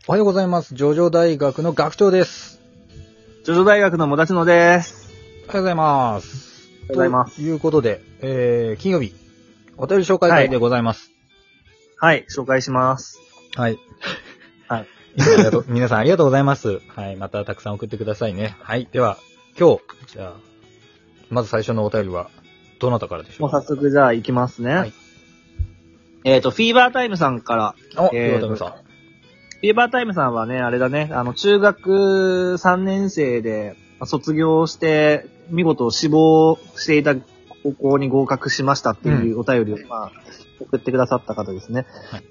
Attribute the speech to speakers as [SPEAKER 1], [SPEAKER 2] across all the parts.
[SPEAKER 1] おはようございます。ジョジョ大学の学長です。
[SPEAKER 2] ジョジョ大学のもたちのです。
[SPEAKER 1] おはようございます。
[SPEAKER 2] おはようございます。
[SPEAKER 1] ということで、金曜日、お便り紹介会でございます。
[SPEAKER 2] はい、紹介します。
[SPEAKER 1] はい。
[SPEAKER 2] はい。
[SPEAKER 1] 皆さんありがとうございます。はい、またたくさん送ってくださいね。はい。では、今日、じゃあ、まず最初のお便りは、どなたからでしょうか？
[SPEAKER 2] もう早速じゃあ行きますね。はい。フィーバータイムさんから。
[SPEAKER 1] フィーバータイムさん。
[SPEAKER 2] フィーバータイムさんはね、あれだね、中学3年生で卒業して、見事志望していた高校に合格しましたっていうお便りを、送ってくださった方ですね。はい、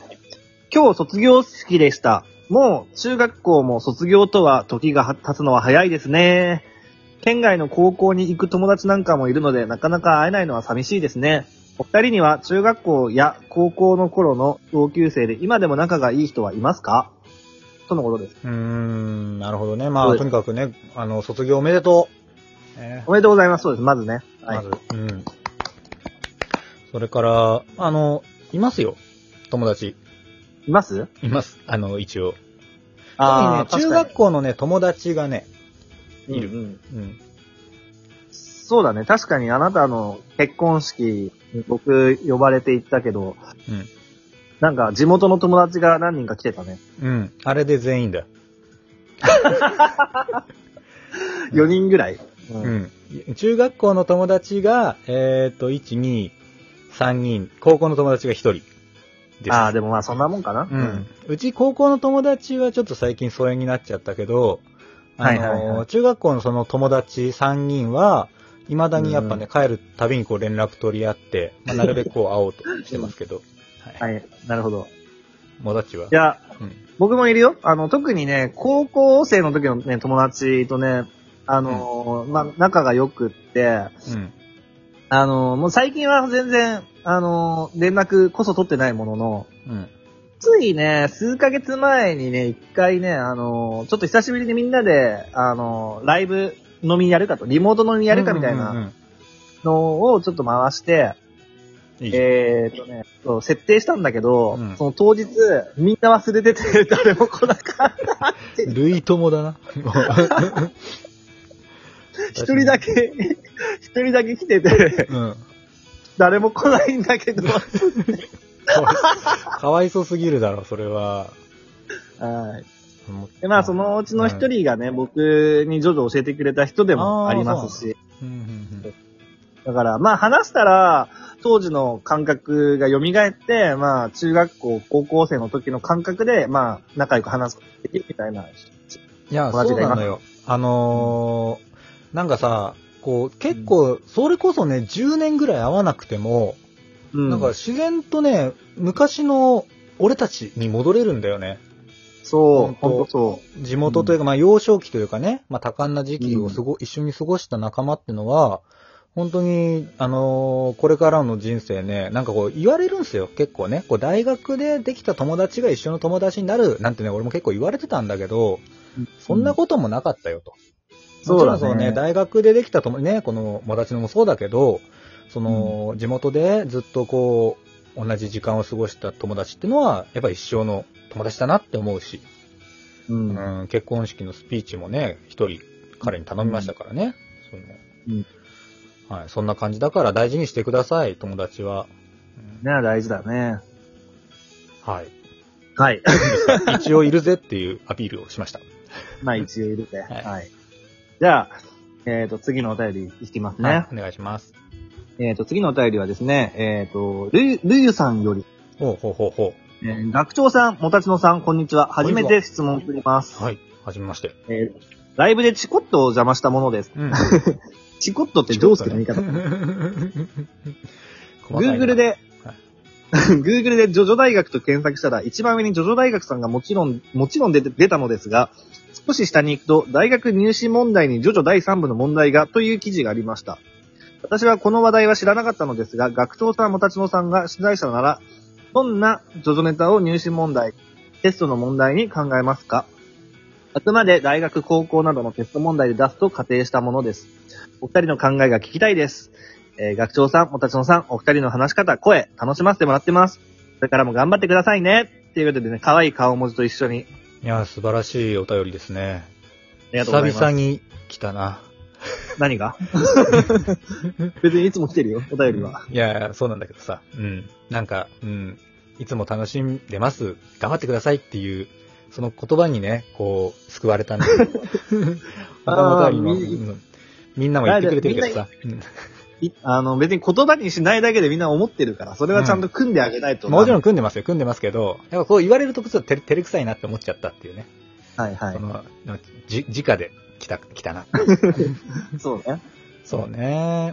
[SPEAKER 2] 今日卒業式でした。もう中学校も卒業とは時が経つのは早いですね。県外の高校に行く友達なんかもいるので、なかなか会えないのは寂しいですね。お二人には中学校や高校の頃の同級生で今でも仲がいい人はいますか？とのことです。
[SPEAKER 1] なるほどね。まあ、とにかくね、卒業おめでと
[SPEAKER 2] う。おめでとうございます。そうです。まずね。
[SPEAKER 1] はい。まず、それから、いますよ。友達。
[SPEAKER 2] います？
[SPEAKER 1] います。一応。特にね、中学校のね、友達がね、いる。
[SPEAKER 2] そうだね。確かにあなたの結婚式に僕呼ばれて行ったけど、なんか地元の友達が何人か来てたね。
[SPEAKER 1] あれで全員だ。
[SPEAKER 2] 4人ぐらい、
[SPEAKER 1] 中学校の友達が、1、2、3人、高校の友達が1人です。
[SPEAKER 2] でもまあそんなもんかな。
[SPEAKER 1] うち高校の友達はちょっと最近疎遠になっちゃったけど、中学校のその友達3人は、未だにやっぱね、帰るたびにこう連絡取り合って、なるべくこう会おうとしてますけど。
[SPEAKER 2] はい、なるほど。
[SPEAKER 1] もだちは？
[SPEAKER 2] いや、僕もいるよ。特にね、高校生の時のね、友達とね、仲が良くって、もう最近は全然、連絡こそ取ってないものの、ついね、数ヶ月前にね、一回ね、ちょっと久しぶりにみんなで、ライブ飲みやるかと、リモート飲みやるかみたいなのをちょっと回して、設定したんだけど、その当日、みんな忘れてて、誰も来なかったって。
[SPEAKER 1] 類友だな。
[SPEAKER 2] 一人だけ来てて、誰も来ないんだけど。
[SPEAKER 1] かわいそうすぎるだろ、それは。
[SPEAKER 2] はい。で、そのうちの一人がね、僕にジョジョ教えてくれた人でもありますし。だから、話したら、当時の感覚が蘇って、中学校、高校生の時の感覚で、仲良く話すことができるみたいな。い
[SPEAKER 1] や、そうなのよ。なんかさ、結構、それこそね、10年ぐらい会わなくても、なんか自然とね、昔の俺たちに戻れるんだよね。
[SPEAKER 2] そう、ほんとそう。
[SPEAKER 1] 地元というか、幼少期というかね、多感な時期を一緒に過ごした仲間ってのは、本当に、これからの人生ね、なんか言われるんですよ、結構ね。大学でできた友達が一緒の友達になるなんてね、俺も結構言われてたんだけど、そんなこともなかったよと。もちろんそうね、大学でできたこの友達のもそうだけど、地元でずっと同じ時間を過ごした友達ってのは、やっぱり一生の友達だなって思うし、結婚式のスピーチもね、一人彼に頼みましたからね。そういうの。はい、そんな感じだから大事にしてください、友達は。
[SPEAKER 2] ね、大事だね。
[SPEAKER 1] はい。
[SPEAKER 2] はい。
[SPEAKER 1] 一応いるぜっていうアピールをしました。
[SPEAKER 2] 一応いるぜ。はい。じゃあ、次のお便りいきますね。
[SPEAKER 1] お願いします。
[SPEAKER 2] 次のお便りはですね、ルユさんより。学長さん、もたちのさん、こんにちは。初めて質問を送ります。
[SPEAKER 1] はい。はじめまして。
[SPEAKER 2] ライブでチコットを邪魔したものです。チコットってジョースケの言い方。Google でジョジョ大学と検索したら、一番上にジョジョ大学さんがもちろん出たのですが、少し下に行くと、大学入試問題にジョジョ第3部の問題がという記事がありました。私はこの話題は知らなかったのですが、学長さんもたちのさんが出題者なら、どんなジョジョネタを入試問題、テストの問題に考えますか？あくまで大学、高校などのテスト問題で出すと仮定したものです。お二人の考えが聞きたいです。学長さん、もたちのさん、お二人の話し方、声、楽しませてもらってます。これからも頑張ってくださいね。っていうことでね、可愛い顔文字と一緒に
[SPEAKER 1] いや、素晴らしいお便りですね。
[SPEAKER 2] ありがとうございます。
[SPEAKER 1] 久々に来たな。
[SPEAKER 2] 何が別にいつも来てるよ、お便りは。
[SPEAKER 1] いや、そうなんだけどさ。うん。なんか、うん。いつも楽しんでます。頑張ってくださいっていう、その言葉にね、こう、救われたんだけど。他のお便りも、みんなも言ってくれてるけどさ。
[SPEAKER 2] 別に言葉にしないだけでみんな思ってるから、それはちゃんと組んであげないと。
[SPEAKER 1] もちろん組んでますよ、組んでますけど、やっぱこう言われるとちょっと照れくさいなって思っちゃったっていうね。
[SPEAKER 2] はいはい。
[SPEAKER 1] その、直で来たな。
[SPEAKER 2] そうね。
[SPEAKER 1] そうね。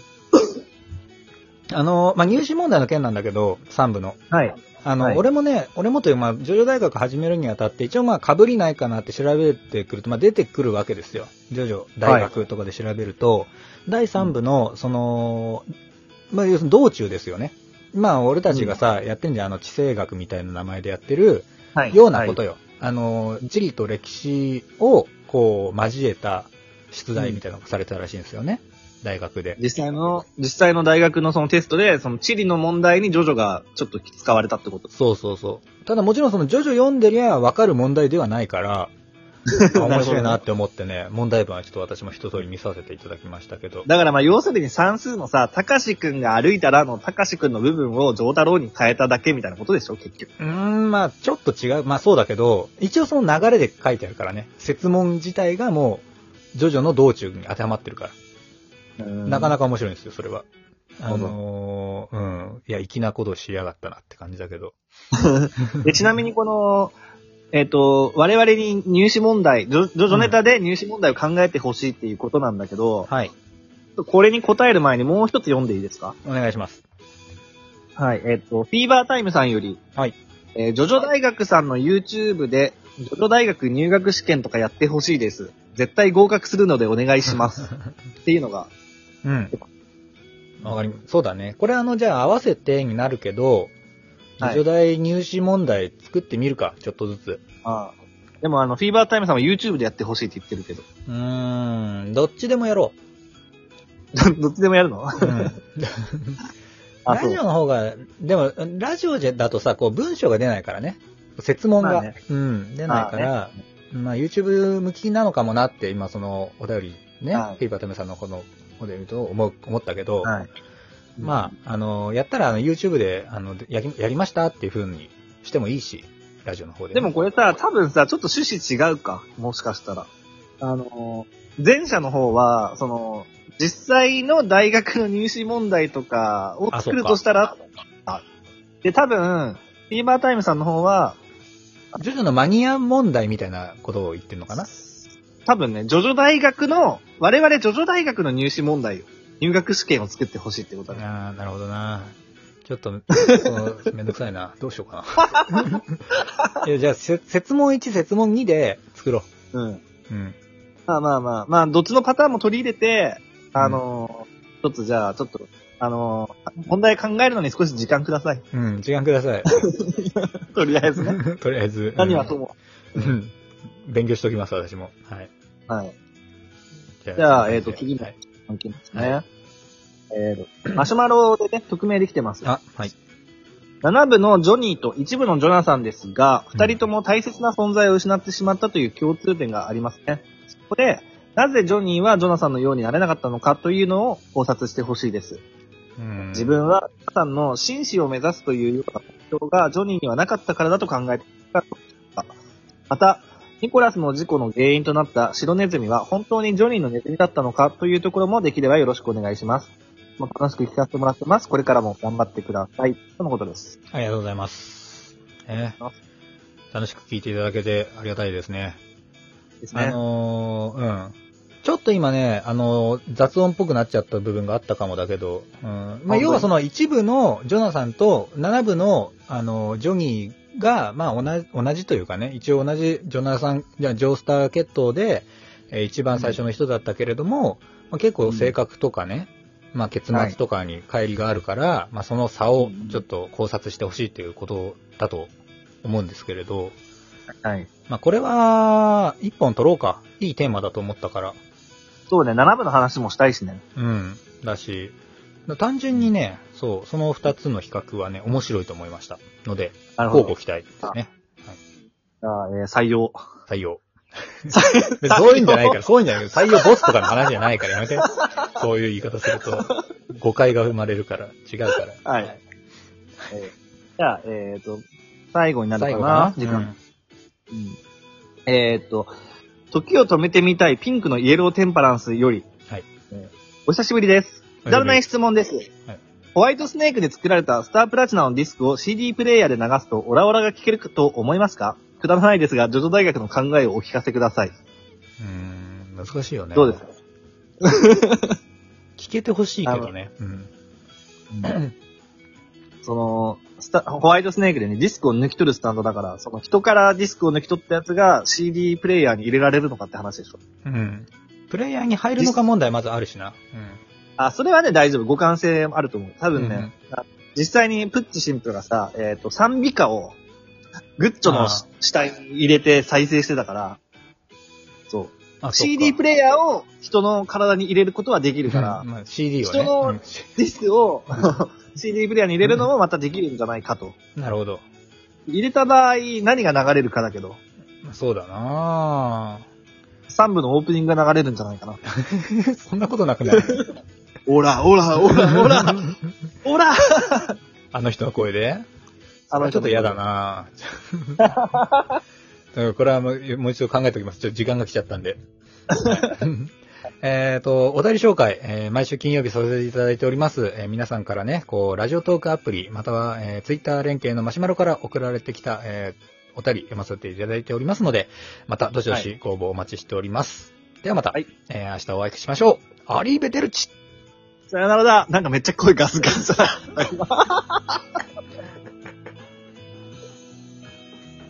[SPEAKER 1] 入試問題の件なんだけど、3部の。
[SPEAKER 2] はい。はい
[SPEAKER 1] 俺もという、ジョジョ大学始めるにあたって、一応被りないかなって調べてくると、出てくるわけですよ。ジョジョ大学とかで調べると、第3部の、要するに道中ですよね。俺たちがさ、やってんじゃん、地政学みたいな名前でやってる、ようなことよ。地理と歴史を、こう、交えた出題みたいなのがされたらしいんですよね。大学で。
[SPEAKER 2] 実際の大学のそのテストで、その地理の問題にジョジョがちょっと使われたってこと？
[SPEAKER 1] そう。ただもちろんそのジョジョ読んでりゃわかる問題ではないから、面白いなって思ってね、問題文はちょっと私も一通り見させていただきましたけど。
[SPEAKER 2] だから要するに算数のさ、たかしくんが歩いたらのたかしくんの部分をジョータロウに変えただけみたいなことでしょ、結局。
[SPEAKER 1] ちょっと違う。そうだけど、一応その流れで書いてあるからね。設問自体がもう、ジョジョの道中に当てはまってるから。なかなか面白いんですよ、それは。いや、粋なことをしやがったなって感じだけど。
[SPEAKER 2] ちなみにこの、我々に入試問題、ジョジョネタで入試問題を考えてほしいっていうことなんだけど、
[SPEAKER 1] はい。
[SPEAKER 2] これに答える前にもう一つ読んでいいですか？
[SPEAKER 1] お願いします。
[SPEAKER 2] はい、フィーバータイムさんより、
[SPEAKER 1] はい。
[SPEAKER 2] ジョジョ大学さんの YouTube で、ジョジョ大学入学試験とかやってほしいです。絶対合格するのでお願いします。っていうのが。
[SPEAKER 1] うん。わかります。そうだね。これじゃあ合わせてになるけど、ジョジョ大入試問題作ってみるか、ちょっとずつ。
[SPEAKER 2] ああ。でもフィーバータイムさんは YouTube でやってほしいって言ってるけど。
[SPEAKER 1] どっちでもやろ
[SPEAKER 2] う。どっちでもやるの？
[SPEAKER 1] ラジオの方が、でも、ラジオだとさ、こう文章が出ないからね。設問が、出ないから、YouTube 向きなのかもなって、今そのお便りね、フィーバータイムさんのこのお便りと思ったけど、やったらYouTube でやりましたっていう風にしてもいいし、ラジオの方で、ね。
[SPEAKER 2] でもこれさ、多分さ、ちょっと趣旨違うか。もしかしたら。前者の方は、実際の大学の入試問題とかを作るとしたら、で、多分、フィーバータイムさんの方は、
[SPEAKER 1] ジョジョのマニア問題みたいなことを言ってるのかな？
[SPEAKER 2] 多分ね、我々ジョジョ大学の入試問題、入学試験を作ってほしいってことだね。
[SPEAKER 1] なるほどな。ちょっと、めんどくさいな。どうしようかな。いや、じゃあ、設問1、設問2で作ろう。
[SPEAKER 2] どっちのパターンも取り入れて、一つじゃあ、ちょっと、問題考えるのに少し時間ください。
[SPEAKER 1] 時間ください。
[SPEAKER 2] とりあえずね。
[SPEAKER 1] とりあえず。
[SPEAKER 2] 何はとも。
[SPEAKER 1] 勉強しておきます、私も。はい。
[SPEAKER 2] はい。じゃあ、次の案件ですね。マシュマロでね、匿名できてます。
[SPEAKER 1] はい。
[SPEAKER 2] 7部のジョニーと1部のジョナサンですが、2人とも大切な存在を失ってしまったという共通点がありますね。そこで、なぜジョニーはジョナサンのようになれなかったのかというのを考察してほしいです。自分はジョナサンの紳士を目指すというような目標がジョニーにはなかったからだと考えていた。また、ニコラスの事故の原因となった白ネズミは本当にジョニーのネズミだったのかというところもできればよろしくお願いします。楽しく聞かせてもらってます。これからも頑張ってください。とのことです。
[SPEAKER 1] ありがとうございます。楽しく聞いていただけてありがたいですね。
[SPEAKER 2] ですね。
[SPEAKER 1] ちょっと今ね、雑音っぽくなっちゃった部分があったかもだけど、要はその一部のジョナサンと7部の、ジョニーが、同じというかね、一応同じジョースター血統で、一番最初の人だったけれども、結構性格とかね、結末とかに乖離があるから、その差をちょっと考察してほしいということだと思うんですけれど、
[SPEAKER 2] はい。
[SPEAKER 1] これは、一本取ろうか。いいテーマだと思ったから。
[SPEAKER 2] そうね、7部の話もしたいしね。
[SPEAKER 1] だし、単純にね、その2つの比較はね、面白いと思いました。ので、交互期待ですね。
[SPEAKER 2] 採用。
[SPEAKER 1] 採用。そういうんじゃないから、そういうんじゃないから、採用ボスとかの話じゃないからやめて。そういう言い方すると、誤解が生まれるから、違うから。
[SPEAKER 2] はい。じゃあ、最後になるかな。
[SPEAKER 1] 最後かな
[SPEAKER 2] 時間。時を止めてみたいピンクのイエローテンパランスより。はい。お久しぶりです。くだらない質問です。はい。ホワイトスネークで作られたスタープラチナのディスクを CD プレイヤーで流すとオラオラが聴けると思いますか？くだらないですが、ジョジョ大学の考えをお聞かせください。
[SPEAKER 1] 難しいよね。
[SPEAKER 2] どうですか？
[SPEAKER 1] 聞けてほしいけどね。
[SPEAKER 2] ホワイトスネークでね、ディスクを抜き取るスタンドだから、その人からディスクを抜き取ったやつが CD プレイヤーに入れられるのかって話でしょ。
[SPEAKER 1] プレイヤーに入るのか問題まずあるしな。
[SPEAKER 2] それはね、大丈夫。互換性あると思う。多分ね、実際にプッチ神父がさ、賛美歌をグッチョの下に入れて再生してたから、そう。CD プレイヤーを人の体に入れることはできるから、
[SPEAKER 1] CD をね。
[SPEAKER 2] 人のディスクをCD プレイヤーに入れるのもまたできるんじゃないかと。
[SPEAKER 1] なるほど。
[SPEAKER 2] 入れた場合、何が流れるかだけど。
[SPEAKER 1] そうだな
[SPEAKER 2] 3部のオープニングが流れるんじゃないかな。
[SPEAKER 1] そんなことなくない？
[SPEAKER 2] オラ、オラ、オラ、オラ、オラ
[SPEAKER 1] あの人の声でちょっと嫌だなこれはもう一度考えておきます。ちょっと時間が来ちゃったんで。お便り紹介、毎週金曜日させていただいております。皆さんからね、ラジオトークアプリ、または、ツイッター連携のマシュマロから送られてきた、お便り読ませていただいておりますので、またどしどしご応募お待ちしております。ではまた、明日お会いしましょう。アリーベデルチ。
[SPEAKER 2] さよならだ。なんかめっちゃ声ガスガスだ。